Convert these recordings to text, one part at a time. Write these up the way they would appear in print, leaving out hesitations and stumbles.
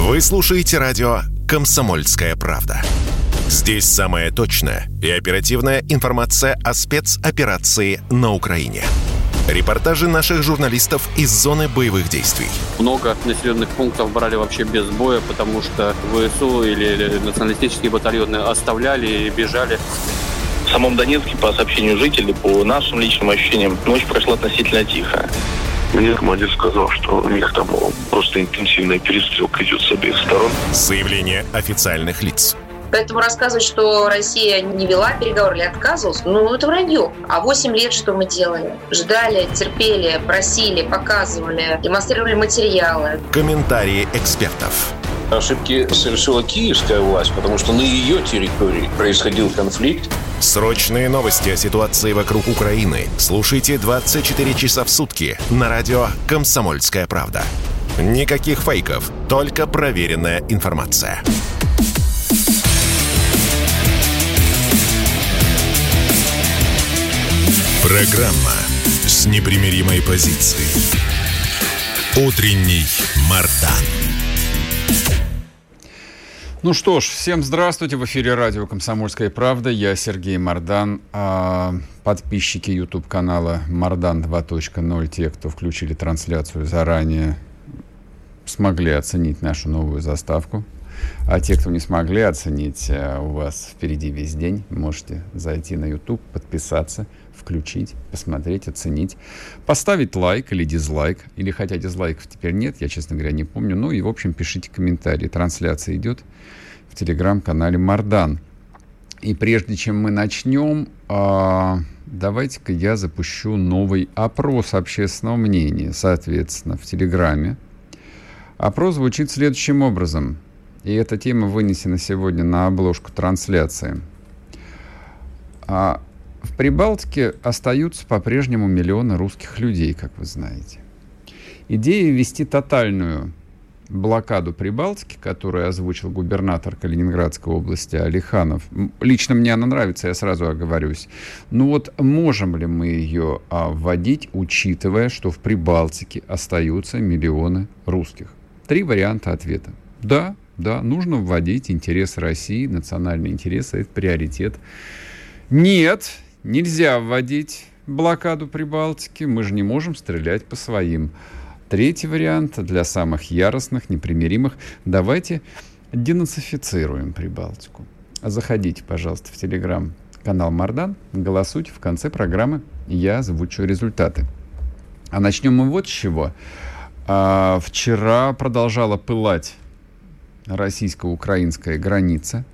Вы слушаете радио «Комсомольская правда». Здесь самая точная и оперативная информация о спецоперации на Украине. Репортажи наших журналистов из зоны боевых действий. Много населенных пунктов брали вообще без боя, потому что ВСУ или националистические батальоны оставляли и бежали. В самом Донецке, по сообщению жителей, по нашим личным ощущениям, ночь прошла относительно тихо. Мне командир сказал, что у них там просто интенсивная перестрелка идет с обеих сторон. Заявление официальных лиц. Поэтому рассказывать, что Россия не вела переговоры или отказывалась, это вранье. А 8 лет что мы делали? Ждали, терпели, просили, показывали, демонстрировали материалы. Комментарии экспертов. Ошибки совершила киевская власть, потому что на ее территории происходил конфликт. Срочные новости о ситуации вокруг Украины слушайте 24 часа в сутки на радио «Комсомольская правда». Никаких фейков, только проверенная информация. Программа с непримиримой позицией. Утренний Мардан. Ну что ж, всем здравствуйте. В эфире радио «Комсомольская правда». Я Сергей Мардан. Подписчики YouTube-канала «Мардан 2.0», те, кто включили трансляцию заранее, смогли оценить нашу новую заставку. А те, кто не смогли оценить, у вас впереди весь день. Можете зайти на YouTube, подписаться, включить, посмотреть, оценить, поставить лайк или дизлайк. Или хотя дизлайков теперь нет, я, честно говоря, не помню. Ну и, в общем, пишите комментарии. Трансляция идет в телеграм-канале Мардан. И прежде чем мы начнем, давайте-ка я запущу новый опрос общественного мнения, соответственно, в Телеграме. Опрос звучит следующим образом. И эта тема вынесена сегодня на обложку трансляции. В Прибалтике остаются по-прежнему миллионы русских людей, как вы знаете. Идея ввести тотальную блокаду Прибалтики, которую озвучил губернатор Калининградской области Алиханов, лично мне она нравится, я сразу оговорюсь. Можем ли мы ее вводить, учитывая, что в Прибалтике остаются миллионы русских? 3 варианта ответа. Да, нужно вводить интересы России, национальные интересы, это приоритет. Нет, нельзя вводить блокаду Прибалтики, мы же не можем стрелять по своим. 3-й вариант для самых яростных, непримиримых. Давайте денацифицируем Прибалтику. Заходите, пожалуйста, в телеграм-канал Мардан, голосуйте, в конце программы я озвучу результаты. А начнем мы вот с чего. Вчера продолжала пылать российско-украинская граница.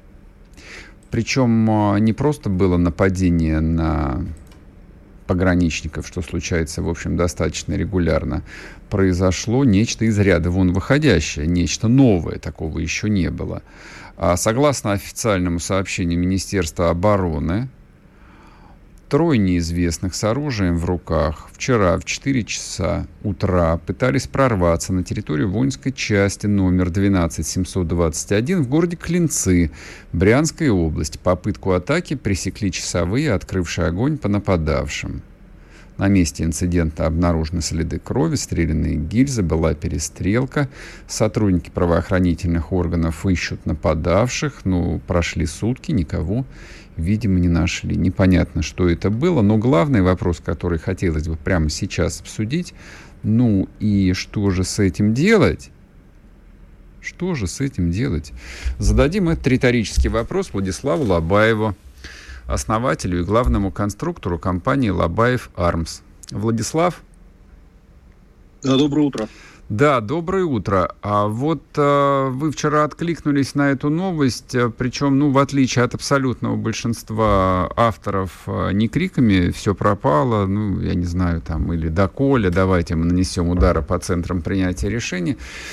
Причем не просто было нападение на пограничников, что случается, в общем, достаточно регулярно. Произошло нечто из ряда вон выходящее, нечто новое, такого еще не было. Согласно официальному сообщению Министерства обороны, 3 неизвестных с оружием в руках вчера в 4 часа утра пытались прорваться на территорию воинской части номер 12721 в городе Клинцы, Брянской области. Попытку атаки пресекли часовые, открывшие огонь по нападавшим. На месте инцидента обнаружены следы крови, стрелянные гильзы, была перестрелка. Сотрудники правоохранительных органов ищут нападавших. Прошли сутки, никого, видимо, не нашли. Непонятно, что это было, но главный вопрос, который хотелось бы прямо сейчас обсудить, и что же с этим делать? Что же с этим делать? Зададим этот риторический вопрос Владиславу Лобаеву, основателю и главному конструктору компании «Лобаев Армс». Владислав? Да, доброе утро. Да, доброе утро. Вы вчера откликнулись на эту новость, причем, в отличие от абсолютного большинства авторов, не криками «все пропало», я не знаю, или «доколе», давайте мы нанесем удары по центрам принятия решений.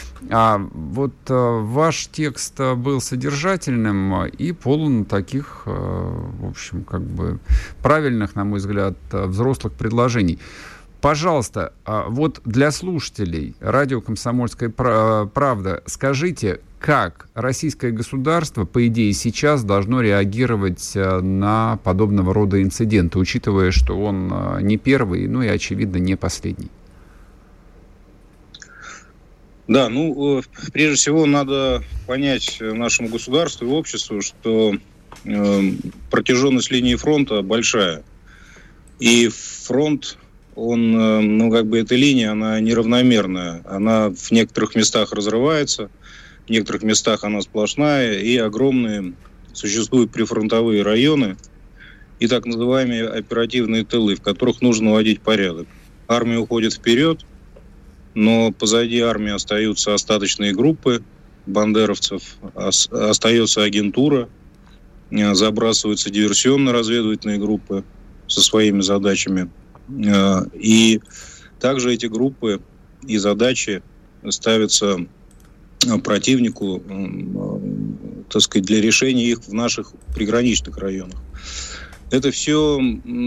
Ваш текст был содержательным и полон таких, в общем, правильных, на мой взгляд, взрослых предложений. Пожалуйста, для слушателей радио «Комсомольская правда» скажите, как российское государство, по идее, сейчас должно реагировать на подобного рода инциденты, учитывая, что он не первый, и, очевидно, не последний? Да, прежде всего надо понять нашему государству и обществу, что протяженность линии фронта большая. И фронт, эта линия, она неравномерная. Она в некоторых местах разрывается, в некоторых местах она сплошная, и огромные существуют прифронтовые районы и так называемые оперативные тылы, в которых нужно наводить порядок. Армия уходит вперед, но позади армии остаются остаточные группы бандеровцев, остается агентура, забрасываются диверсионно-разведывательные группы со своими задачами. И также эти группы и задачи ставятся противнику, для решения их в наших приграничных районах. Это все,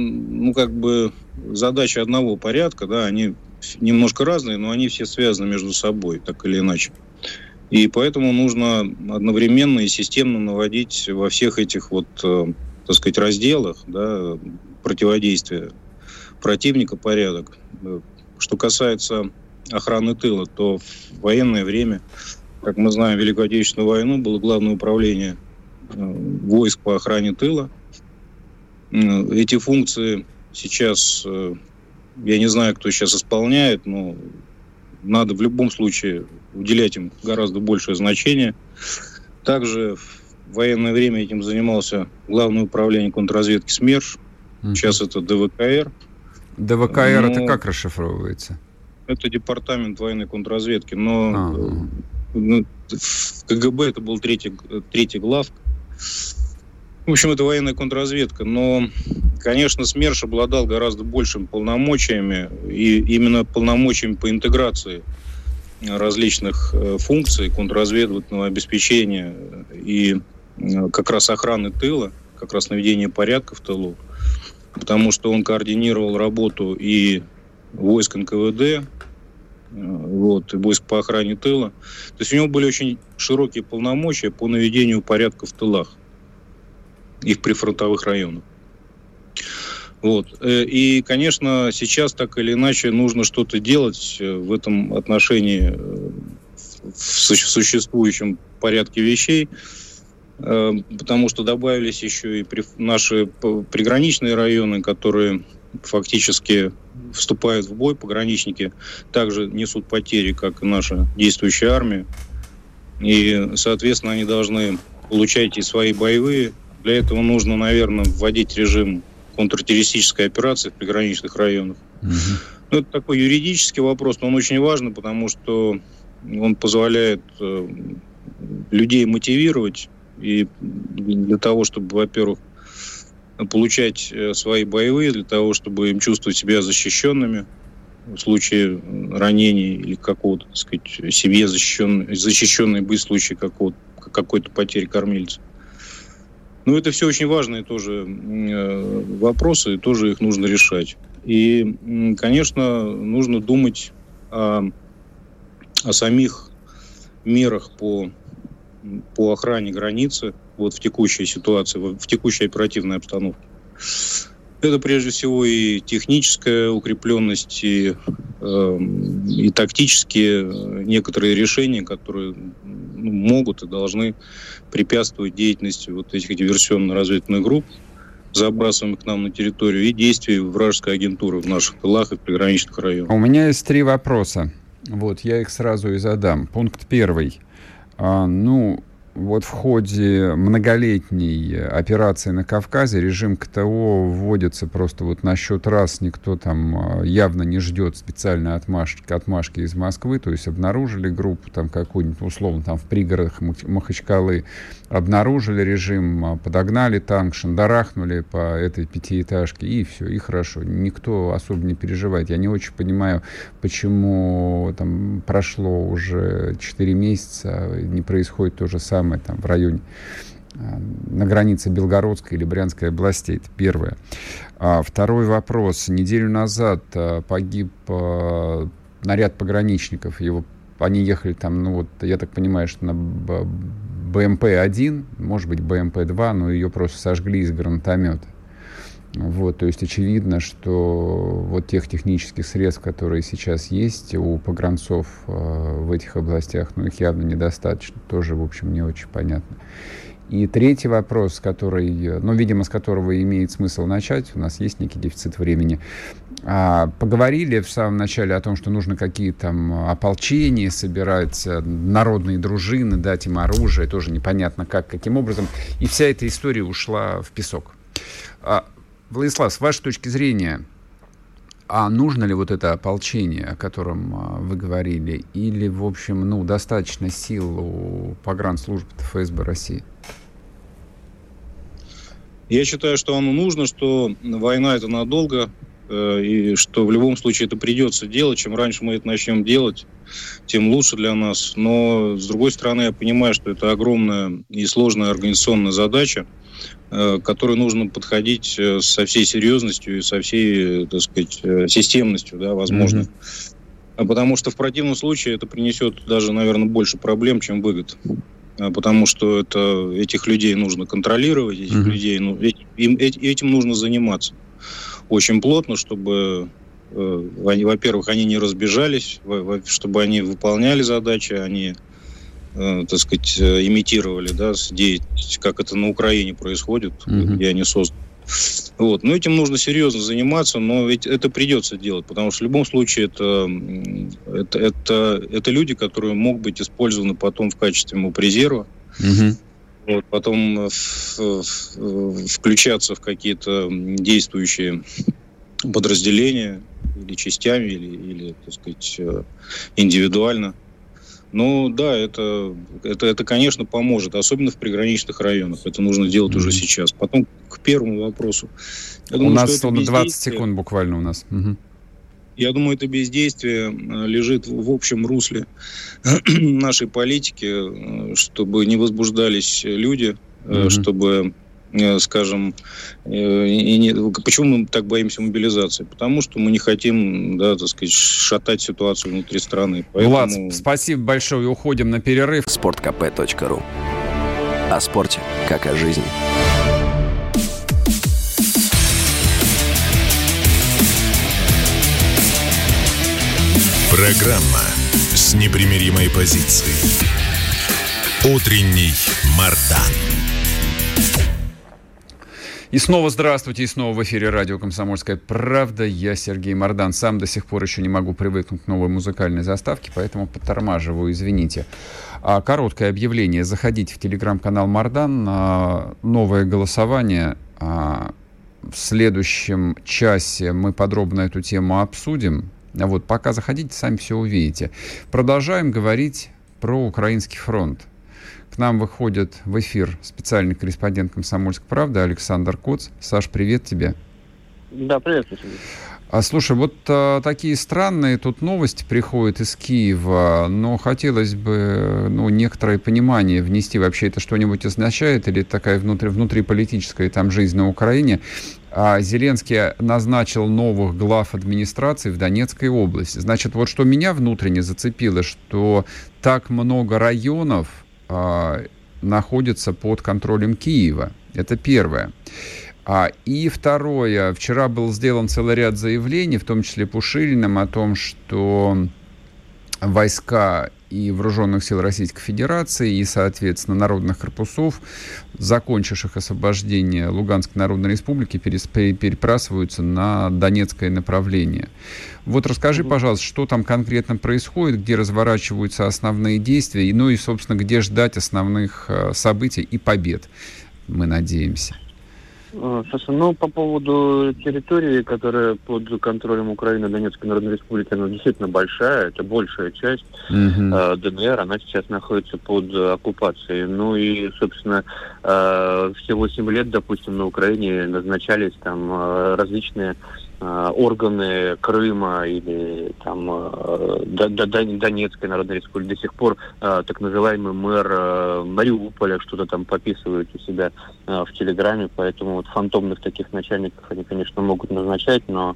задачи одного порядка, да, они немножко разные, но они все связаны между собой, так или иначе. И поэтому нужно одновременно и системно наводить во всех этих разделах, да, противодействия противника порядок. Что касается охраны тыла, то в военное время, как мы знаем, в Великую Отечественную войну было Главное управление войск по охране тыла. Эти функции сейчас, я не знаю, кто сейчас исполняет, но надо в любом случае уделять им гораздо большее значение. Также в военное время этим занимался Главное управление контрразведки СМЕРШ. Сейчас это ДВКР. ДВКР это как расшифровывается? Это департамент военной контрразведки. Но в КГБ это был третий главк. В общем, это военная контрразведка. Но, конечно, СМЕРШ обладал гораздо большими полномочиями. И именно полномочиями по интеграции различных функций контрразведывательного обеспечения и как раз охраны тыла, как раз наведения порядка в тылу. Потому что он координировал работу и войск НКВД, и войск по охране тыла. То есть у него были очень широкие полномочия по наведению порядка в тылах и в прифронтовых районах. И, конечно, сейчас так или иначе нужно что-то делать в этом отношении, в существующем порядке вещей, потому что добавились еще и наши приграничные районы, которые фактически вступают в бой, пограничники также несут потери, как и наша действующая армия. И, соответственно, они должны получать и свои боевые. Для этого нужно, наверное, вводить режим контртеррористической операции в приграничных районах. Это такой юридический вопрос, но он очень важный, потому что он позволяет людей мотивировать и для того, чтобы, во-первых, получать свои боевые, для того, чтобы им чувствовать себя защищенными в случае ранений или какого-то, семье защищенной быть в случае какой-то потери кормильца. Это все очень важные тоже вопросы, и тоже их нужно решать. И, конечно, нужно думать о самих мерах по охране границы в текущей ситуации, в текущей оперативной обстановке. Это прежде всего и техническая укрепленность, и тактические некоторые решения, которые могут и должны препятствовать деятельности этих диверсионно-разведывательных групп, забрасываемых к нам на территорию, и действий вражеской агентуры в наших тылах и в приграничных районах. У меня есть 3 вопроса. Я их сразу и задам. Пункт 1. В ходе многолетней операции на Кавказе режим КТО вводится просто на счет раз. Никто там явно не ждет специальной отмашки из Москвы. То есть обнаружили группу какую-нибудь, условно, в пригородах Махачкалы, обнаружили режим, подогнали танк, шандарахнули по этой пятиэтажке, и все, и хорошо. Никто особо не переживает. Я не очень понимаю, почему прошло уже 4 месяца, не происходит то же самое в районе, на границе Белгородской или Брянской областей. Это первое. Второй вопрос. Неделю назад погиб наряд пограничников. Они ехали я так понимаю, что на БМП-1, может быть, БМП-2, но ее просто сожгли из гранатомета. Вот, то есть очевидно, что вот тех технических средств, которые сейчас есть у погранцов в этих областях, ну, их явно недостаточно, тоже, в общем, не очень понятно. И третий вопрос, который, ну, видимо, с которого имеет смысл начать, у нас есть некий дефицит времени. Поговорили в самом начале о том, что нужно какие-то там ополчения собирать, народные дружины, дать им оружие, тоже непонятно как, каким образом. И вся эта история ушла в песок. Владислав, с вашей точки зрения, нужно ли вот это ополчение, о котором вы говорили, или, в общем, ну, достаточно сил у погранслужб ФСБ России? Я считаю, что оно нужно, что война это надолго, и что в любом случае это придется делать. Чем раньше мы это начнем делать, тем лучше для нас. Но, с другой стороны, я понимаю, что это огромная и сложная организационная задача, к которой нужно подходить со всей серьезностью и со всей, так сказать, системностью, да, возможно. Потому что в противном случае это принесет даже, наверное, больше проблем, чем выгод. Потому что этих людей нужно контролировать, этих людей, этим нужно заниматься очень плотно, чтобы, во-первых, они не разбежались, чтобы они выполняли задачи, они, так сказать, имитировали, да, деятельность, как это на Украине происходит, где они созданы. Вот. Но этим нужно серьезно заниматься, но ведь это придется делать, потому что в любом случае это люди, которые могут быть использованы потом в качестве резерва, вот, потом включаться в какие-то действующие подразделения или частями, или так сказать, индивидуально. Ну да, это, конечно, поможет, особенно в приграничных районах. Это нужно делать уже сейчас. Потом к первому вопросу. У нас 20 секунд буквально у нас. Я думаю, это бездействие лежит в общем русле нашей политики, чтобы не возбуждались люди, чтобы, скажем, почему мы так боимся мобилизации? Потому что мы не хотим, да, так сказать, шатать ситуацию внутри страны. Поэтому... Влад, спасибо большое. Уходим на перерыв. sportkp.ru. О спорте, как о жизни. Программа с непримиримой позицией. Утренний Мардан. И снова здравствуйте, и снова в эфире радио «Комсомольская правда». Я Сергей Мардан. Сам до сих пор еще не могу привыкнуть к новой музыкальной заставке, поэтому подтормаживаю, извините. Короткое объявление. Заходите в телеграм-канал Мардан. Новое голосование. В следующем часе мы подробно эту тему обсудим. Вот, пока заходите, сами все увидите. Продолжаем говорить про украинский фронт. К нам выходит в эфир специальный корреспондент «Комсомольской правды» Александр Коц. Саш, привет тебе. Да, привет. Слушай, вот такие странные тут новости приходят из Киева, но хотелось бы некоторое понимание внести. Вообще это что-нибудь означает или это такая внутриполитическая там жизнь на Украине? Зеленский назначил новых глав администрации в Донецкой области. Значит, вот что меня внутренне зацепило, что так много районов находится под контролем Киева. Это первое. И второе. Вчера был сделан целый ряд заявлений, в том числе Пушилиным, о том, что войска и вооруженных сил Российской Федерации и, соответственно, народных корпусов, закончивших освобождение Луганской Народной Республики, перебрасываются на Донецкое направление. Вот расскажи, пожалуйста, что там конкретно происходит, где разворачиваются основные действия, ну и, собственно, где ждать основных событий и побед, мы надеемся. Слушай, по поводу территории, которая под контролем Украины, Донецкой Народной Республики, она действительно большая, это большая часть ДНР, она сейчас находится под оккупацией. Ну и, собственно, все 8 лет, допустим, на Украине назначались там различные органы Крыма или там Донецкой Народной Республики. До сих пор так называемый мэр Мариуполя что-то там пописывает у себя в Телеграме, поэтому вот фантомных таких начальников они, конечно, могут назначать, но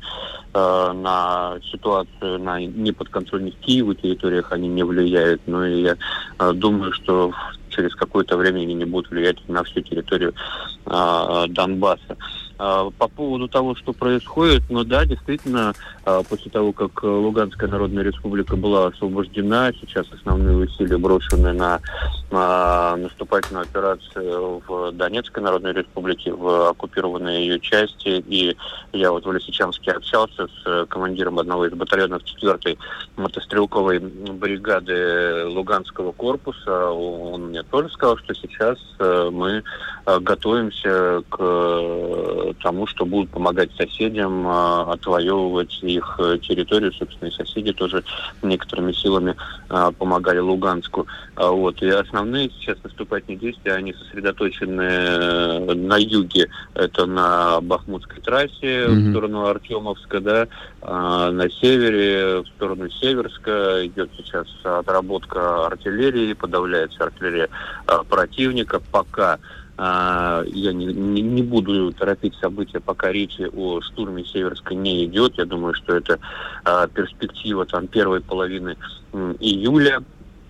на ситуацию на неподконтрольных Киеву территориях они не влияют. Но я думаю, что через какое-то время они не будут влиять на всю территорию Донбасса. По поводу того, что происходит, ну да, действительно, после того, как Луганская Народная Республика была освобождена, сейчас основные усилия брошены на наступательную операцию в Донецкой Народной Республике, в оккупированные ее части. И я вот в Лисичанске общался с командиром одного из батальонов 4-й мотострелковой бригады Луганского корпуса. Он мне тоже сказал, что сейчас мы готовимся к тому, что будут помогать соседям отвоевывать их территорию. Собственно, и соседи тоже некоторыми силами помогали Луганску. Вот. И основные сейчас наступательные действия, они сосредоточены на юге. Это на Бахмутской трассе в сторону Артемовска, да, на севере, в сторону Северска идет сейчас отработка артиллерии, подавляется артиллерия противника. Пока я не буду торопить события, пока речи о штурме Северска не идет. Я думаю, что это перспектива там первой половины июля.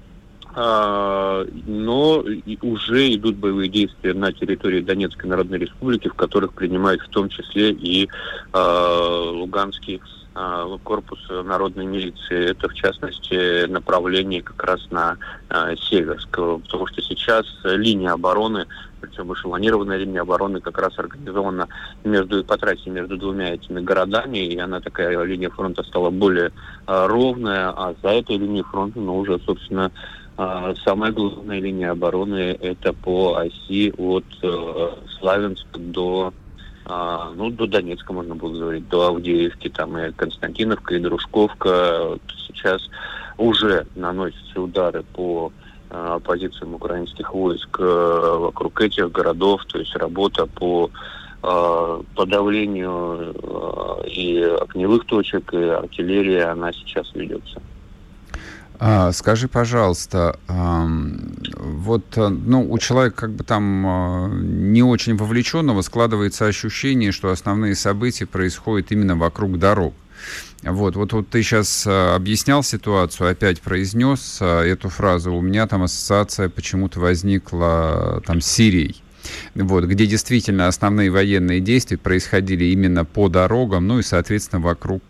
Но уже идут боевые действия на территории Донецкой Народной Республики, в которых принимает в том числе и Луганский корпус народной милиции. Это, в частности, направление как раз на Северск. Потому что сейчас линия обороны, причем эшелонированная линия обороны, как раз организована по трассе между двумя этими городами, и она такая, линия фронта стала более ровная, а за этой линией фронта, уже, собственно, самая главная линия обороны — это по оси от Славянска до Донецка, можно было говорить, до Авдеевки, там и Константиновка, и Дружковка. Сейчас уже наносятся удары по позициям украинских войск вокруг этих городов, то есть работа по подавлению и огневых точек, и артиллерии, она сейчас ведется. Скажи, пожалуйста, у человека как бы там не очень вовлеченного складывается ощущение, что основные события происходят именно вокруг дорог. Вот ты сейчас объяснял ситуацию, опять произнес эту фразу. У меня там ассоциация почему-то возникла там с Сирией. Где действительно основные военные действия происходили именно по дорогам, и, соответственно, вокруг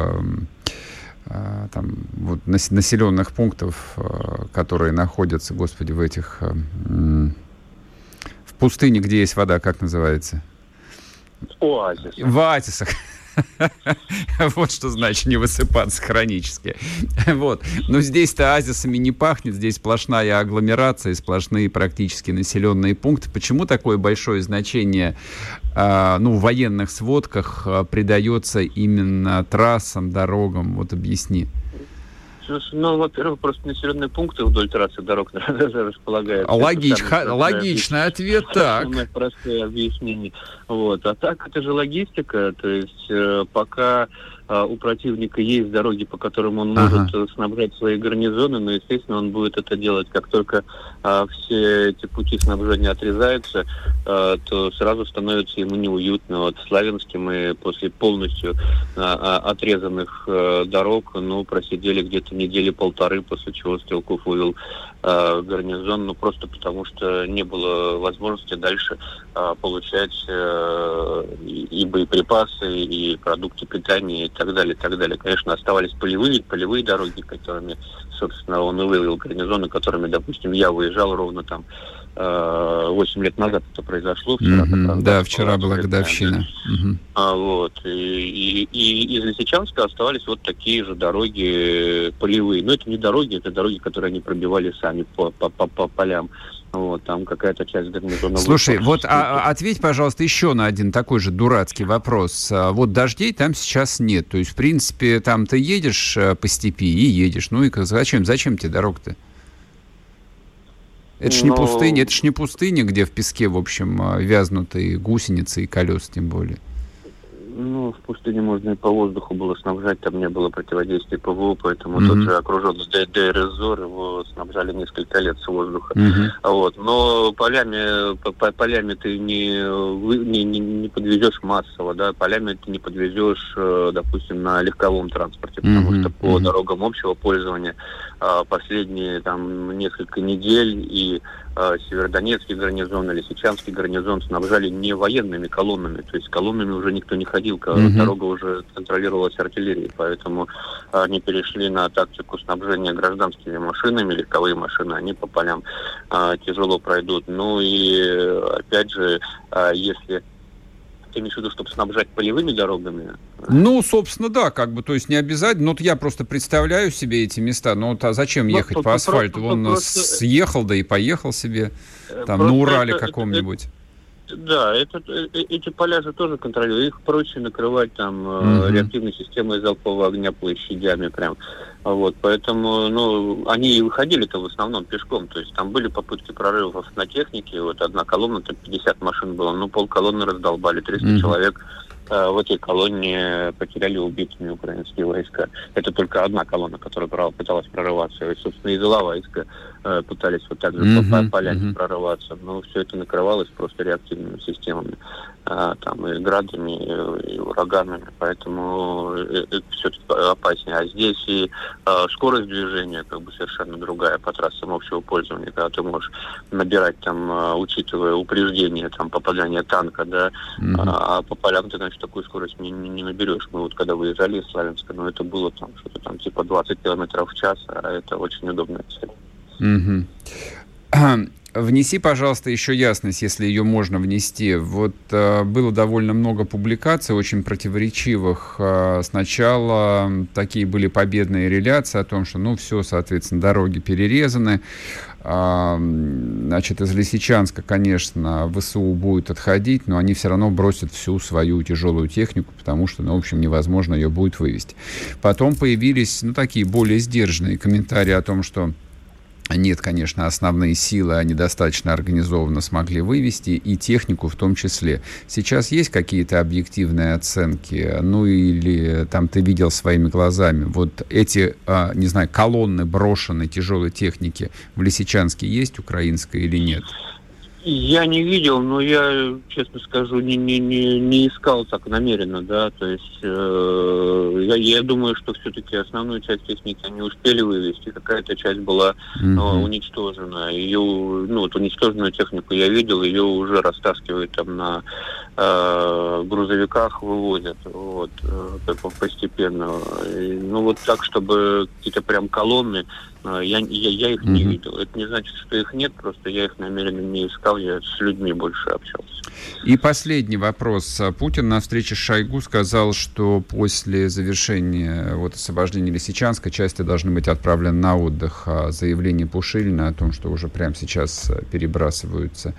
населенных пунктов, которые находятся, господи, в этих в пустыне, где есть вода, как называется? Оазис. В оазисах. Вот что значит не высыпаться хронически. Но здесь-то оазисами не пахнет, здесь сплошная агломерация, сплошные практически населенные пункты. Почему такое большое значение в военных сводках придается именно трассам, дорогам? Вот объясни. Во-первых, просто населенные пункты вдоль трассы дорог располагаются. Логичный ответ, так. Самое простое объяснение. А так, это же логистика. То есть, пока у противника есть дороги, по которым он может снабжать свои гарнизоны, но, естественно, он будет это делать. Как только все эти пути снабжения отрезаются, то сразу становится ему неуютно. В Славянске мы после полностью отрезанных дорог, просидели где-то недели полторы, после чего Стрелков вывел гарнизон, просто потому что не было возможности дальше получать и боеприпасы, и продукты питания, и так далее, и так далее. Конечно, оставались полевые дороги, которыми, собственно, он и вывел гарнизоны, которыми, допустим, я выезжал ровно там 8 лет назад это произошло. Вчера была годовщина. И из Лисичанска оставались вот такие же дороги полевые. Но это не дороги, это дороги, которые они пробивали сами по полям. Там какая-то часть гарнизона. Слушай, ответь, пожалуйста, еще на один такой же дурацкий вопрос. Дождей там сейчас нет. То есть, в принципе, там ты едешь по степи и едешь. И зачем тебе дорога-то? Это ж не пустыня, где в песке, в общем, вязнутые гусеницы и колеса, тем более. в пустыне можно и по воздуху было снабжать, там не было противодействия ПВО, поэтому тот же окруженный ДРС-ЗОР его снабжали несколько лет с воздуха. Вот. Но полями ты не подвезешь массово, да, полями ты не подвезешь, допустим, на легковом транспорте, потому что по дорогам общего пользования последние там несколько недель и Северодонецкий гарнизон, Лисичанский гарнизон снабжали не военными колоннами, то есть колоннами уже никто не ходил, дорога уже контролировалась артиллерией, поэтому они перешли на тактику снабжения гражданскими машинами, легковые машины, они по полям тяжело пройдут. Ну и опять же, если ты имеешь в виду, чтобы снабжать полевыми дорогами? Ну, собственно, да, как бы, то есть не обязательно. Ну, вот я просто представляю себе эти места, но вот, а зачем ехать по асфальту? Он съехал, да и поехал себе, там, на Урале каком-нибудь. Да, эти поля же тоже контролируют. Их проще накрывать там реактивной системой залпового огня площадями прям. Вот, поэтому, они и выходили-то в основном пешком. То есть там были попытки прорывов на технике. Вот одна колонна, там 50 машин было, полколонны раздолбали, 300 человек в этой колонне потеряли убитыми украинские войска. Это только одна колонна, которая пыталась прорываться. И, собственно, и тыла войска пытались вот так же по полям прорываться. Но все это накрывалось просто реактивными системами. Там и градами, и ураганами. Поэтому это все-таки опаснее. А здесь и скорость движения как бы совершенно другая по трассам общего пользования, когда ты можешь набирать там, учитывая упреждение, там, попадание танка, да, а по полям ты, значит, такую скорость не наберешь. Мы вот когда выезжали из Славянска, это было там что-то там типа 20 км в час, а это очень удобная цель. Внеси, пожалуйста, еще ясность, если ее можно внести. Вот было довольно много публикаций, очень противоречивых. Сначала такие были победные реляции о том, что, все, соответственно, дороги перерезаны. Значит, из Лисичанска, конечно, ВСУ будет отходить, но они все равно бросят всю свою тяжелую технику, потому что, в общем, невозможно ее будет вывести. Потом появились, такие более сдержанные комментарии о том, что нет, конечно, основные силы, они достаточно организованно смогли вывести, и технику в том числе. Сейчас есть какие-то объективные оценки? Или там ты видел своими глазами, вот эти, колонны брошенной тяжелой техники в Лисичанске есть украинской или нет? Я не видел, но я, честно скажу, не искал так намеренно, да, то есть я думаю, что все-таки основную часть техники они успели вывести, какая-то часть была уничтожена, ее, уничтоженную технику я видел, ее уже растаскивают там на грузовиках, вывозят, вот, постепенно, так, чтобы какие-то прям колонны, я их не видел. Это не значит, что их нет, просто я их намеренно не искал, я с людьми больше общался. И последний вопрос. Путин на встрече с Шойгу сказал, что после завершения освобождения Лисичанска части должны быть отправлены на отдых. Заявление Пушилина о том, что уже прямо сейчас перебрасываются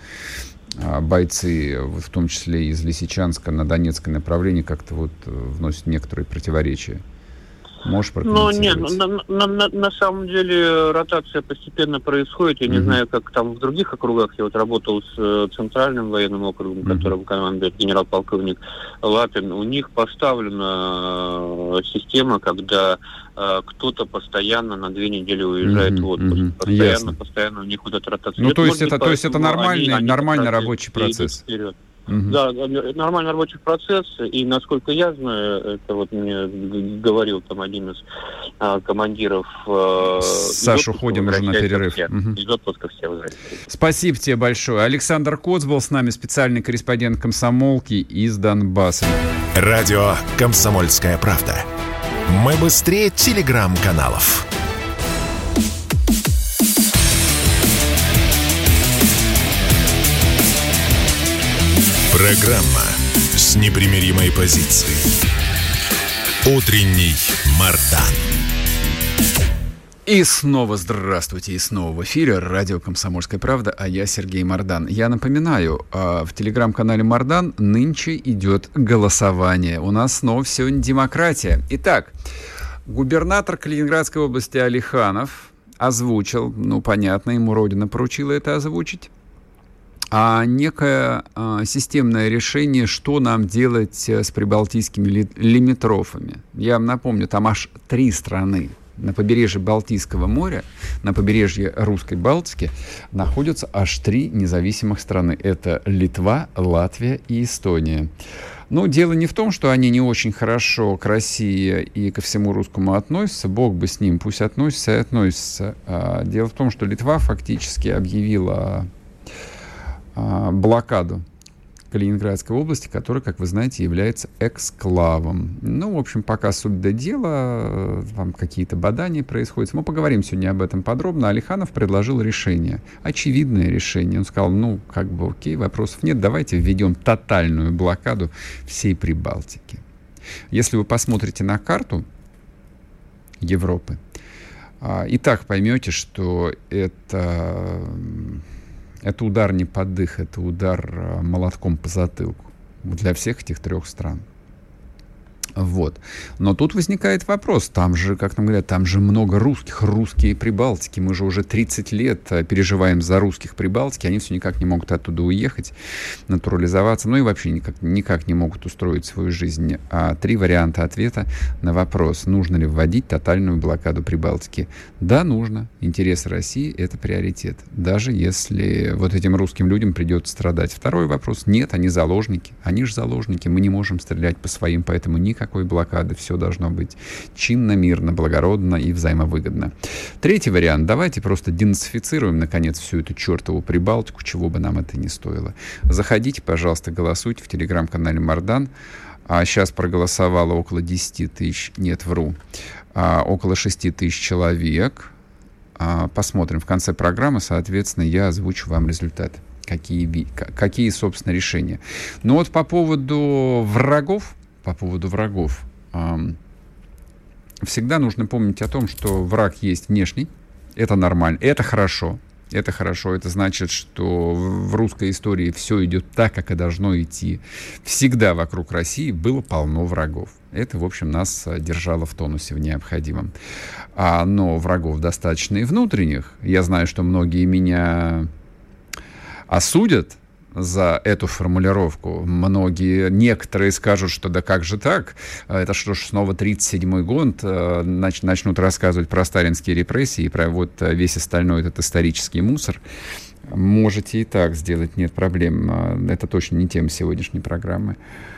бойцы, в том числе из Лисичанска на Донецкое направление, как-то вносит некоторые противоречия. Можешь прокомментировать? На самом деле ротация постепенно происходит. Я не знаю, как там в других округах. Я работал с Центральным военным округом, которым командует генерал-полковник Лапин. У них поставлена система, когда кто-то постоянно на 2 недели уезжает в отпуск. Постоянно у них эта ротация. То есть это нормальный рабочий процесс. Да, нормальный рабочий процесс, и насколько я знаю, это мне говорил там один из командиров. Саша, уходим уже на перерыв. Из отпуска все возвращаются. Спасибо тебе большое. Александр Коц был с нами, специальный корреспондент «Комсомолки» из Донбасса. Радио «Комсомольская правда». Мы быстрее телеграм-каналов. Программа с непримиримой позицией. Утренний Мардан. И снова здравствуйте, и снова в эфире радио «Комсомольская правда», а я Сергей Мардан. Я напоминаю, в телеграм-канале Мардан нынче идет голосование. У нас снова сегодня демократия. Итак, губернатор Калининградской области Алиханов озвучил, понятно, ему Родина поручила это озвучить, а некое системное решение, что нам делать с прибалтийскими лимитрофами. Я вам напомню, там аж 3 страны на побережье Балтийского моря, на побережье Русской Балтики находятся аж 3 независимых страны. Это Литва, Латвия и Эстония. Но дело не в том, что они не очень хорошо к России и ко всему русскому относятся. Бог бы с ним, пусть относятся и относятся. Дело в том, что Литва фактически объявила блокаду Калининградской области, которая, как вы знаете, является эксклавом. Ну, в общем, пока суть до дела, там какие-то бадания происходят. Мы поговорим сегодня об этом подробно. Алиханов предложил решение, очевидное решение. Он сказал, окей, вопросов нет, давайте введем тотальную блокаду всей Прибалтики. Если вы посмотрите на карту Европы, и так поймете, что это удар не под дых, это удар молотком по затылку для всех этих 3 стран. Вот. Но тут возникает вопрос, там же, как нам говорят, там же много русских, русские Прибалтики. Мы же уже 30 лет переживаем за русских Прибалтики, они все никак не могут оттуда уехать, натурализоваться, и вообще никак не могут устроить свою жизнь. 3 варианта ответа на вопрос, нужно ли вводить тотальную блокаду Прибалтики. Да, нужно. Интересы России — это приоритет. Даже если вот этим русским людям придется страдать. Второй вопрос. Нет, они заложники. Они же заложники. Мы не можем стрелять по своим, поэтому никакой блокады. Все должно быть чинно, мирно, благородно и взаимовыгодно. 3-й вариант. Давайте просто денацифицируем, наконец, всю эту чертову Прибалтику, чего бы нам это ни стоило. Заходите, пожалуйста, голосуйте в телеграм-канале Мардан. Сейчас проголосовало около 10 тысяч, нет, вру, около 6 тысяч человек. Посмотрим в конце программы, соответственно, я озвучу вам результаты. Какие, собственно, решения. Но вот по поводу врагов, всегда нужно помнить о том, что враг есть внешний. Это нормально, это хорошо. Это значит, что в русской истории все идет так, как и должно идти. Всегда вокруг России было полно врагов. Это, в общем, нас держало в тонусе в необходимом. Но врагов достаточно и внутренних. Я знаю, что многие меня осудят за эту формулировку. Некоторые скажут, что да как же так? Это что ж, снова 1937 год, начнут рассказывать про сталинские репрессии и про вот весь остальной этот исторический мусор. Можете и так сделать, нет проблем. Это точно не тема сегодняшней программы.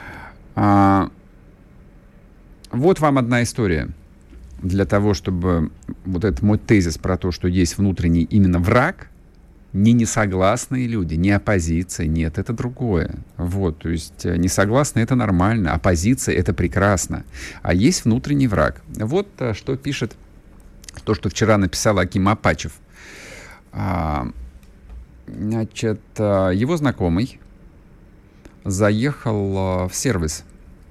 Вот вам одна история. Для того, чтобы вот этот мой тезис про то, что есть внутренний именно враг, не несогласные люди, не оппозиция, нет, это другое. Вот, то есть несогласные — это нормально, оппозиция — это прекрасно. А есть внутренний враг. Вот что пишет, то, что вчера написал Аким Апачев. Значит, его знакомый заехал в сервис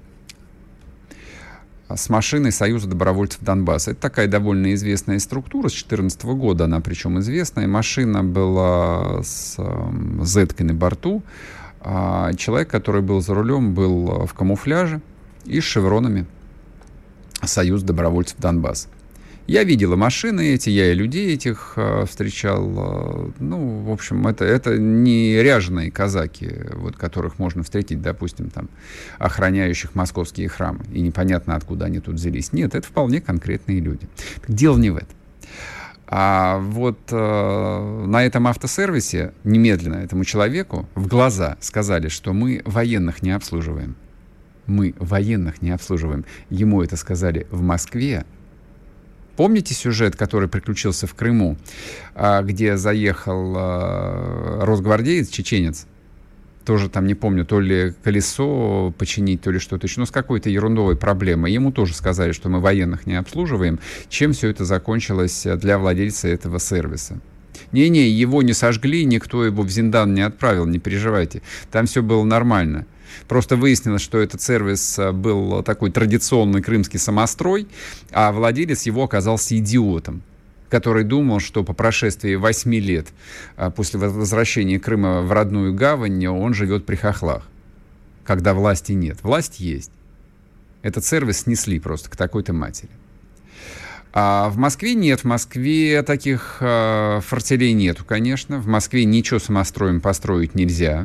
с машиной Союза добровольцев Донбасса. Это такая довольно известная структура. С 2014 года она причем известная. Машина была с зеткой на борту. Человек, который был за рулем, был в камуфляже и с шевронами Союз добровольцев Донбасса. Я видела машины эти, я и людей этих встречал. В общем, это не ряженые казаки, вот, которых можно встретить, допустим, там, охраняющих московские храмы. И непонятно, откуда они тут взялись. Нет, это вполне конкретные люди. Так дело не в этом. А вот на этом автосервисе немедленно этому человеку в глаза сказали, что мы военных не обслуживаем. Мы военных не обслуживаем. Ему это сказали в Москве. Помните сюжет, который приключился в Крыму, где заехал росгвардеец, чеченец? Тоже там, не помню, то ли колесо починить, то ли что-то еще, с какой-то ерундовой проблемой. Ему тоже сказали, что мы военных не обслуживаем. Чем все это закончилось для владельца этого сервиса? Не-не, его не сожгли, никто его в Зиндан не отправил, не переживайте. Там все было нормально. Просто выяснилось, что этот сервис был такой традиционный крымский самострой, а владелец его оказался идиотом, который думал, что по прошествии 8 лет после возвращения Крыма в родную гавань он живет при хохлах, когда власти нет. Власть есть. Этот сервис снесли просто к такой-то матери. А в Москве нет. В Москве таких фортелей нету, конечно. В Москве ничего самостроем построить нельзя.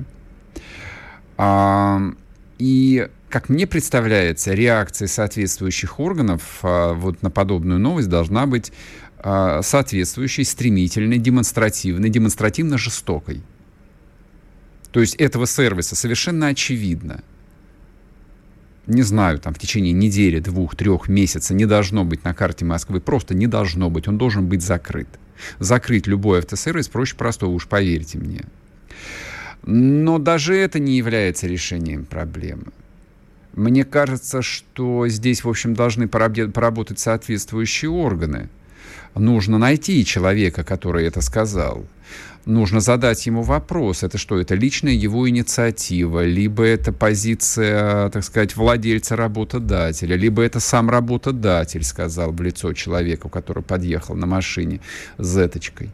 И, как мне представляется, реакция соответствующих органов вот на подобную новость должна быть соответствующей, стремительной, демонстративной, демонстративно жестокой. То есть этого сервиса совершенно очевидно. Не знаю, там в течение недели, 2-3 месяцев не должно быть на карте Москвы. Просто не должно быть. Он должен быть закрыт. Закрыть любой автосервис проще простого, уж поверьте мне. Но даже это не является решением проблемы. Мне кажется, что здесь, в общем, должны поработать соответствующие органы. Нужно найти человека, который это сказал. Нужно задать ему вопрос. Это что? Это личная его инициатива, либо это позиция, так сказать, владельца-работодателя, либо это сам работодатель сказал в лицо человеку, который подъехал на машине с зеточкой.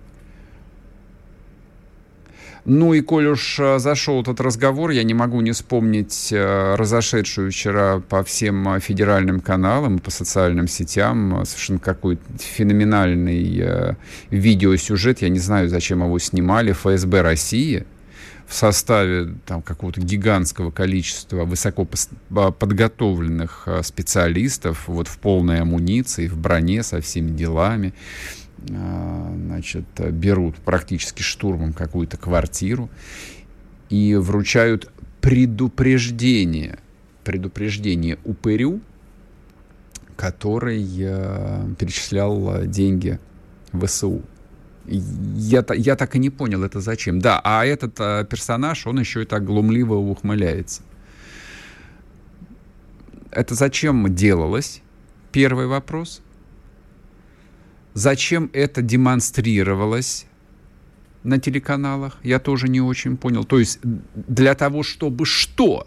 Ну и коль уж зашел этот разговор, я не могу не вспомнить разошедшую вчера по всем федеральным каналам, по социальным сетям совершенно какой-то феноменальный видеосюжет. Я не знаю, зачем его снимали. ФСБ России в составе там какого-то гигантского количества высоко подготовленных специалистов, вот в полной амуниции, в броне, со всеми делами, значит, берут практически штурмом какую-то квартиру и вручают предупреждение упырю, который перечислял деньги в ВСУ. Я так и не понял, это зачем. Да, а этот персонаж, он еще и так глумливо ухмыляется. Это зачем делалось? Первый вопрос. Зачем это демонстрировалось на телеканалах? Я тоже не очень понял. То есть для того, чтобы что?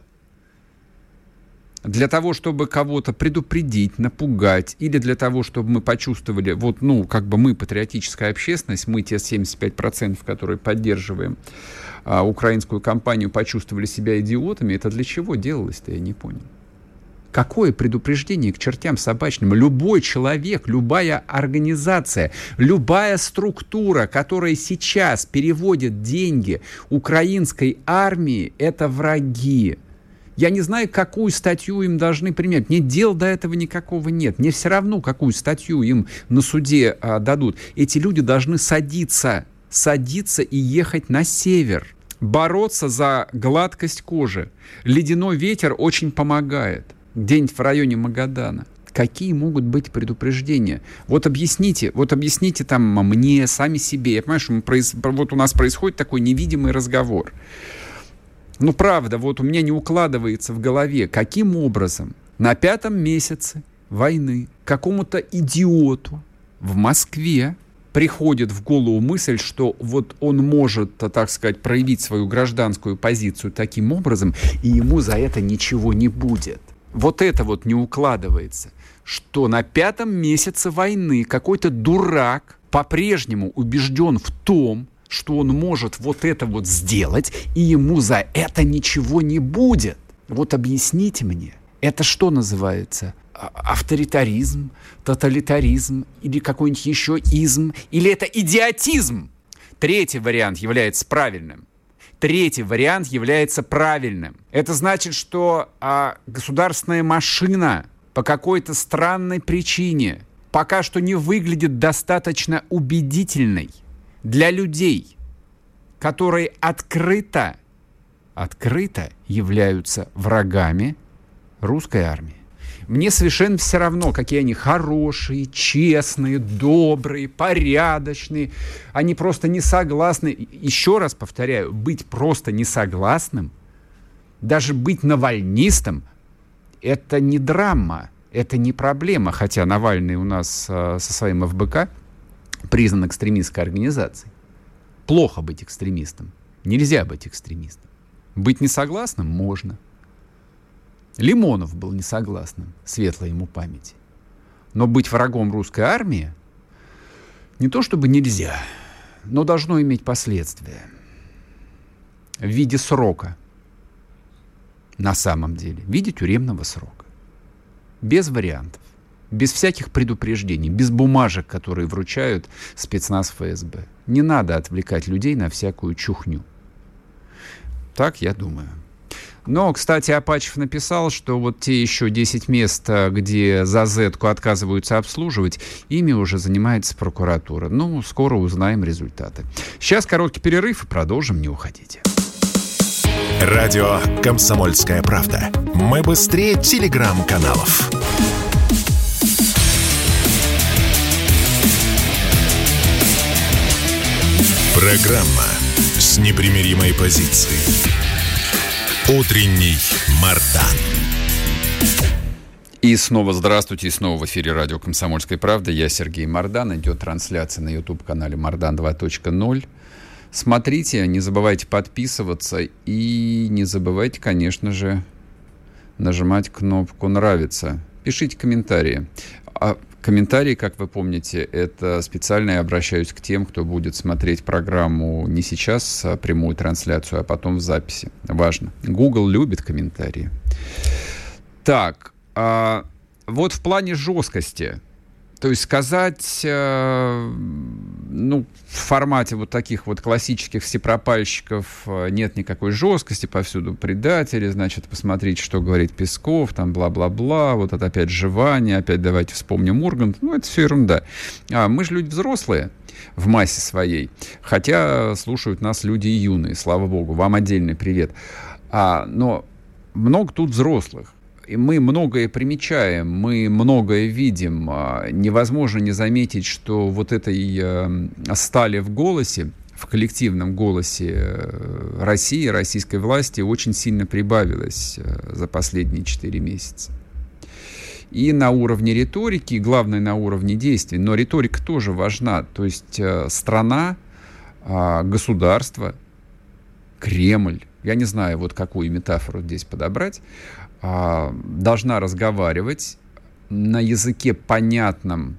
Для того, чтобы кого-то предупредить, напугать, или для того, чтобы мы почувствовали, вот, ну, как бы мы, патриотическая общественность, мы те 75%, которые поддерживаем украинскую кампанию, почувствовали себя идиотами, это для чего делалось-то, я не понял. Какое предупреждение к чертям собачьим? Любой человек, любая организация, любая структура, которая сейчас переводит деньги украинской армии, это враги. Я не знаю, какую статью им должны принять. Мне дела до этого никакого нет. Мне все равно, какую статью им на суде дадут. Эти люди должны садиться и ехать на север. Бороться за гладкость кожи. Ледяной ветер очень помогает. Где-нибудь в районе Магадана. Какие могут быть предупреждения? Вот объясните там мне, сами себе. Я понимаю, что вот у нас происходит такой невидимый разговор. Ну, правда, вот у меня не укладывается в голове, каким образом на 5-м месяце войны какому-то идиоту в Москве приходит в голову мысль, что вот он может, так сказать, проявить свою гражданскую позицию таким образом, и ему за это ничего не будет. Вот это вот не укладывается, что на 5-м месяце войны какой-то дурак по-прежнему убежден в том, что он может вот это вот сделать, и ему за это ничего не будет. Вот объясните мне, это что называется? Авторитаризм, тоталитаризм или какой-нибудь еще изм? Или это идиотизм? Третий вариант является правильным. Это значит, что государственная машина по какой-то странной причине пока что не выглядит достаточно убедительной для людей, которые открыто являются врагами русской армии. Мне совершенно все равно, какие они хорошие, честные, добрые, порядочные. Они просто не согласны. Еще раз повторяю, быть просто не согласным, даже быть навальнистом, это не драма, это не проблема. Хотя Навальный у нас со своим ФБК признан экстремистской организацией. Плохо быть экстремистом. Нельзя быть экстремистом. Быть несогласным можно. Лимонов был несогласным, светлая ему памяти. Но быть врагом русской армии не то чтобы нельзя, но должно иметь последствия в виде срока. На самом деле, в виде тюремного срока. Без вариантов. без всяких предупреждений, без бумажек, которые вручают спецназ ФСБ. Не надо отвлекать людей на всякую чухню. Так я думаю. Но, кстати, Апачев написал, что вот те еще 10 мест, где за зетку отказываются обслуживать, ими уже занимается прокуратура. Ну, скоро узнаем результаты. Сейчас короткий перерыв и продолжим, не уходите. Радио «Комсомольская правда». Мы быстрее телеграм-каналов. Программа с непримиримой позицией. Утренний Мардан. И снова здравствуйте, и снова в эфире радио «Комсомольская правда». Я Сергей Мардан. Идет трансляция на YouTube-канале Мардан 2.0. Смотрите, не забывайте подписываться и не забывайте, конечно же, нажимать кнопку «Нравится». Пишите комментарии. А комментарии, как вы помните, это специально я обращаюсь к тем, кто будет смотреть программу не сейчас, а прямую трансляцию, а потом в записи. Важно. Google любит комментарии. Так, вот в плане жесткости. То есть сказать, в формате вот таких вот классических всепропальщиков нет никакой жесткости, повсюду предатели, значит, посмотрите, что говорит Песков, там бла-бла-бла, вот это опять жевание, опять давайте вспомним Ургант, это все ерунда. Мы же люди взрослые в массе своей, хотя слушают нас люди и юные, слава богу, вам отдельный привет. Но много тут взрослых. И мы многое примечаем, мы многое видим. Невозможно не заметить, что вот этой стали в голосе, в коллективном голосе России, российской власти очень сильно прибавилось за последние 4 месяца. И на уровне риторики, и главное, на уровне действий. Но риторика тоже важна. То есть страна, государство, Кремль, я не знаю, вот какую метафору здесь подобрать, должна разговаривать на языке понятном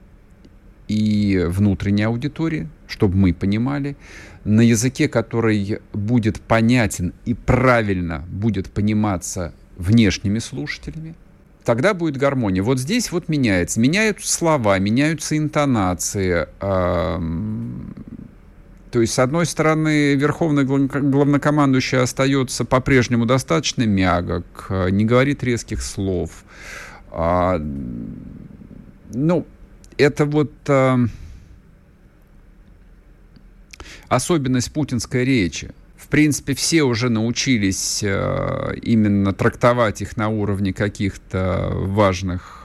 и внутренней аудитории, чтобы мы понимали, на языке, который будет понятен и правильно будет пониматься внешними слушателями. Тогда будет гармония. Вот здесь вот меняется. Меняются слова, меняются интонации. То есть, с одной стороны, верховный главнокомандующий остается по-прежнему достаточно мягок, не говорит резких слов. Это вот особенность путинской речи. В принципе, все уже научились именно трактовать их на уровне каких-то важных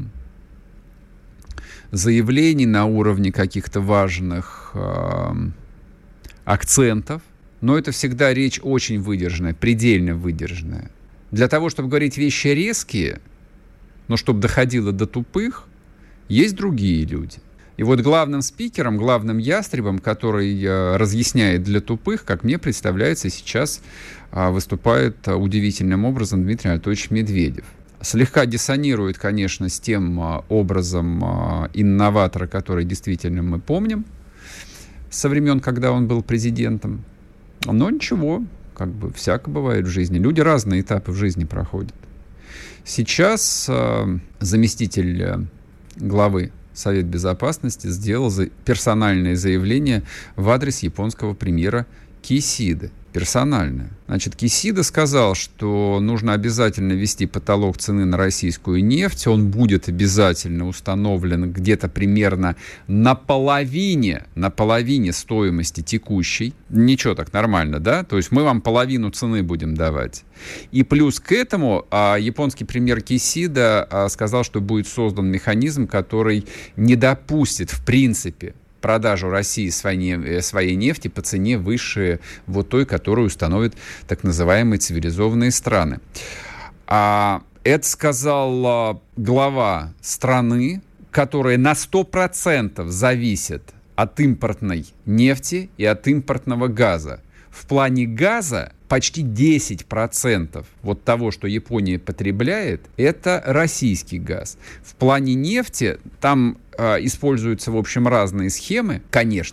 заявлений, на уровне каких-то важных акцентов, но это всегда речь очень выдержанная, предельно выдержанная. Для того, чтобы говорить вещи резкие, но чтобы доходило до тупых, есть другие люди. И вот главным спикером, главным ястребом, который разъясняет для тупых, как мне представляется, сейчас выступает удивительным образом Дмитрий Анатольевич Медведев. Слегка диссонирует, конечно, с тем образом инноватора, который действительно мы помним со времен, когда он был президентом. Но ничего, всяко бывает в жизни. Люди разные этапы в жизни проходят. Сейчас заместитель главы Совета Безопасности сделал персональное заявление в адрес японского премьера Кисиды. Персональное. Значит, Кисида сказал, что нужно обязательно ввести потолок цены на российскую нефть. Он будет обязательно установлен где-то примерно на половине стоимости текущей. Ничего, так нормально, да? То есть мы вам половину цены будем давать. И плюс к этому японский премьер Кисида сказал, что будет создан механизм, который не допустит, в принципе, продажу России своей нефти по цене выше вот той, которую установят так называемые цивилизованные страны. Это сказал глава страны, которая на 100% зависит от импортной нефти и от импортного газа. В плане газа почти 10% вот того, что Япония потребляет, это российский газ. В плане нефти там используются, в общем, разные схемы, конечно же.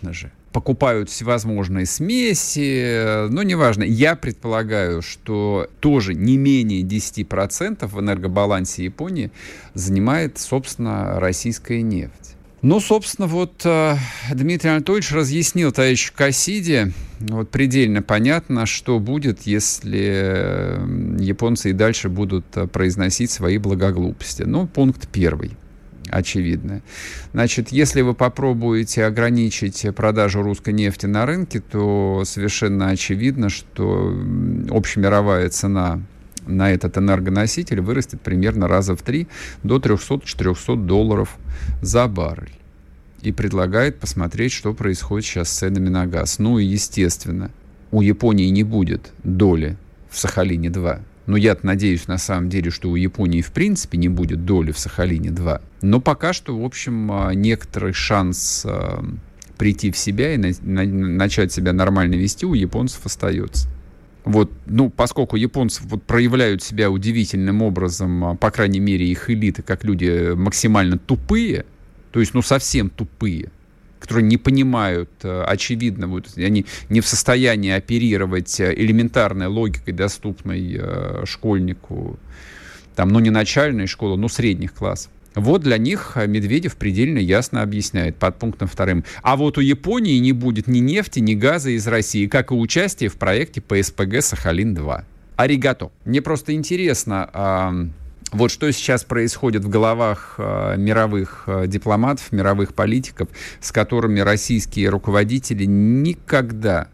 покупают всевозможные смеси, но неважно. Я предполагаю, что тоже не менее 10% в энергобалансе Японии занимает, собственно, российская нефть. Ну, собственно, вот Дмитрий Анатольевич разъяснил товарищу Кассиди, вот предельно понятно, что будет, если японцы и дальше будут произносить свои благоглупости. Ну, пункт первый. Очевидно. Значит, если вы попробуете ограничить продажу русской нефти на рынке, то совершенно очевидно, что общемировая цена на этот энергоноситель вырастет примерно раза в 3 до $300-400 за баррель. И предлагает посмотреть, что происходит сейчас с ценами на газ. Ну и, естественно, у Японии не будет доли в Сахалине-2. Но я надеюсь, на самом деле, что у Японии в принципе не будет доли в Сахалине-2. Но пока что, в общем, некоторый шанс прийти в себя и начать себя нормально вести у японцев остается. Вот, ну, поскольку японцы вот проявляют себя удивительным образом, по крайней мере, их элиты, как люди максимально тупые, то есть, ну, совсем тупые, которые не понимают, очевидно, вот, они не в состоянии оперировать элементарной логикой, доступной школьнику, там, ну, не начальной школы, но средних классов. Вот для них Медведев предельно ясно объясняет под пунктом 2. А вот у Японии не будет ни нефти, ни газа из России, как и участие в проекте ПСПГ «Сахалин-2». Аригато. Мне просто интересно... Вот что сейчас происходит в головах мировых дипломатов, мировых политиков, с которыми российские руководители никогда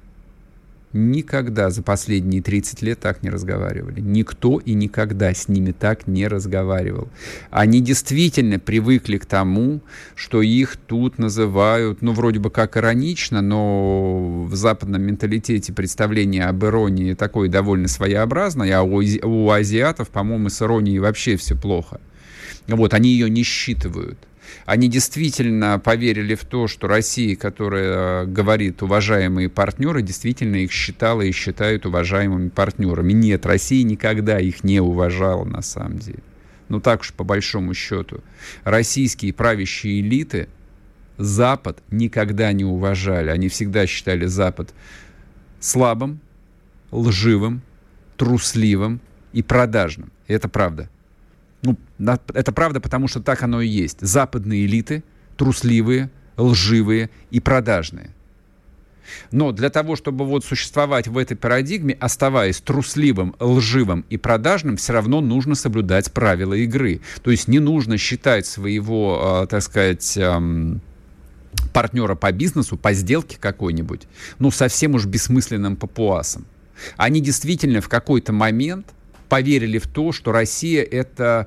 за последние 30 лет так не разговаривали. Никто и никогда с ними так не разговаривал. Они действительно привыкли к тому, что их тут называют, ну, вроде бы как иронично, но в западном менталитете представление об иронии такое довольно своеобразное, а у азиатов, по-моему, с иронией вообще все плохо. Вот, они ее не считывают. Они действительно поверили в то, что Россия, которая говорит уважаемые партнеры, действительно их считала и считают уважаемыми партнерами. Нет, Россия никогда их не уважала на самом деле. Ну так уж по большому счету. Российские правящие элиты Запад никогда не уважали. Они всегда считали Запад слабым, лживым, трусливым и продажным. И это правда. Ну, это правда, потому что так оно и есть. Западные элиты трусливые, лживые и продажные. Но для того, чтобы вот существовать в этой парадигме, оставаясь трусливым, лживым и продажным, все равно нужно соблюдать правила игры. То есть не нужно считать своего, так сказать, партнера по бизнесу, по сделке какой-нибудь, ну, совсем уж бессмысленным папуасом. Они действительно в какой-то момент поверили в то, что Россия — это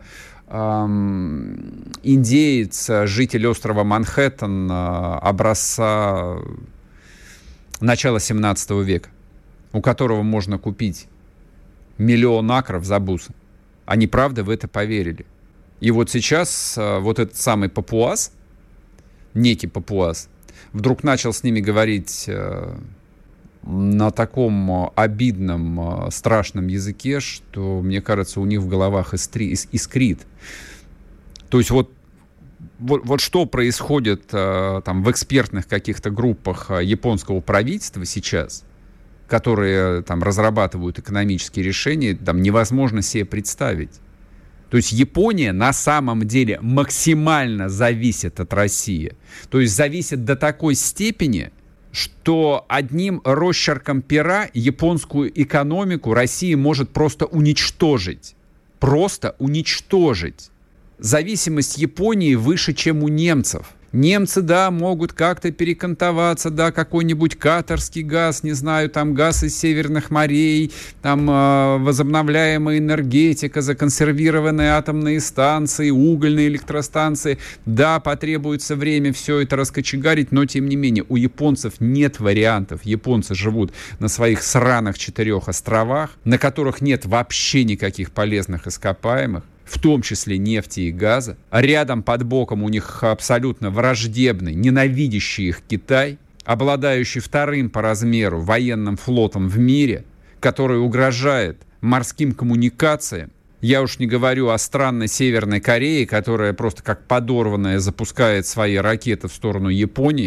индеец, житель острова Манхэттен образца начала 17 века, у которого можно купить 1 миллион акров за бусы. Они, правда, в это поверили. И вот сейчас вот этот самый папуас, некий папуас, вдруг начал с ними говорить на таком обидном, страшном языке, что, мне кажется, у них в головах искрит. То есть вот что происходит там в экспертных каких-то группах японского правительства сейчас, которые там разрабатывают экономические решения, там невозможно себе представить. То есть Япония на самом деле максимально зависит от России. То есть зависит до такой степени, что одним росчерком пера японскую экономику Россия может просто уничтожить. Просто уничтожить. Зависимость Японии выше, чем у немцев. Немцы, да, могут как-то перекантоваться, да, какой-нибудь катарский газ, не знаю, там газ из северных морей, там возобновляемая энергетика, законсервированные атомные станции, угольные электростанции. Да, потребуется время все это раскочегарить, но тем не менее у японцев нет вариантов. Японцы живут на своих сраных 4 островах, на которых нет вообще никаких полезных ископаемых, в том числе нефти и газа. А рядом под боком у них абсолютно враждебный, ненавидящий их Китай, обладающий 2-м по размеру военным флотом в мире, который угрожает морским коммуникациям. Я уж не говорю о странной Северной Корее, которая просто как подорванная запускает свои ракеты в сторону Японии.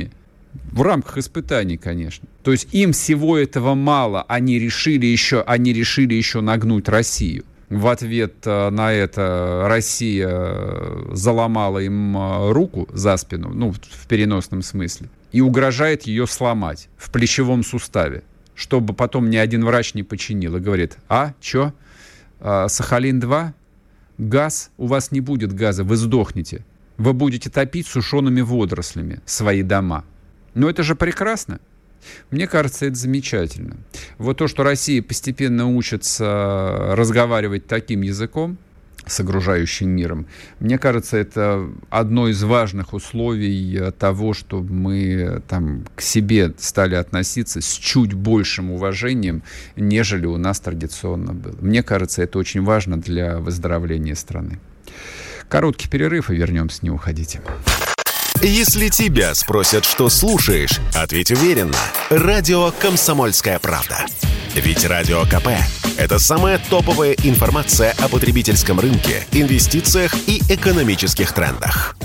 В рамках испытаний, конечно. То есть им всего этого мало, они решили еще нагнуть Россию. В ответ на это Россия заломала им руку за спину, ну, в переносном смысле, и угрожает ее сломать в плечевом суставе, чтобы потом ни один врач не починил. И говорит: что? Сахалин-2? Газ? У вас не будет газа, вы сдохнете. Вы будете топить сушеными водорослями свои дома. Но это же прекрасно. Мне кажется, это замечательно. Вот то, что Россия постепенно учится разговаривать таким языком с окружающим миром, мне кажется, это одно из важных условий того, чтобы мы там к себе стали относиться с чуть большим уважением, нежели у нас традиционно было. Мне кажется, это очень важно для выздоровления страны. Короткий перерыв и вернемся, не уходите. Если тебя спросят, что слушаешь, ответь уверенно. Радио «Комсомольская правда». Ведь Радио КП – это самая топовая информация о потребительском рынке, инвестициях и экономических трендах.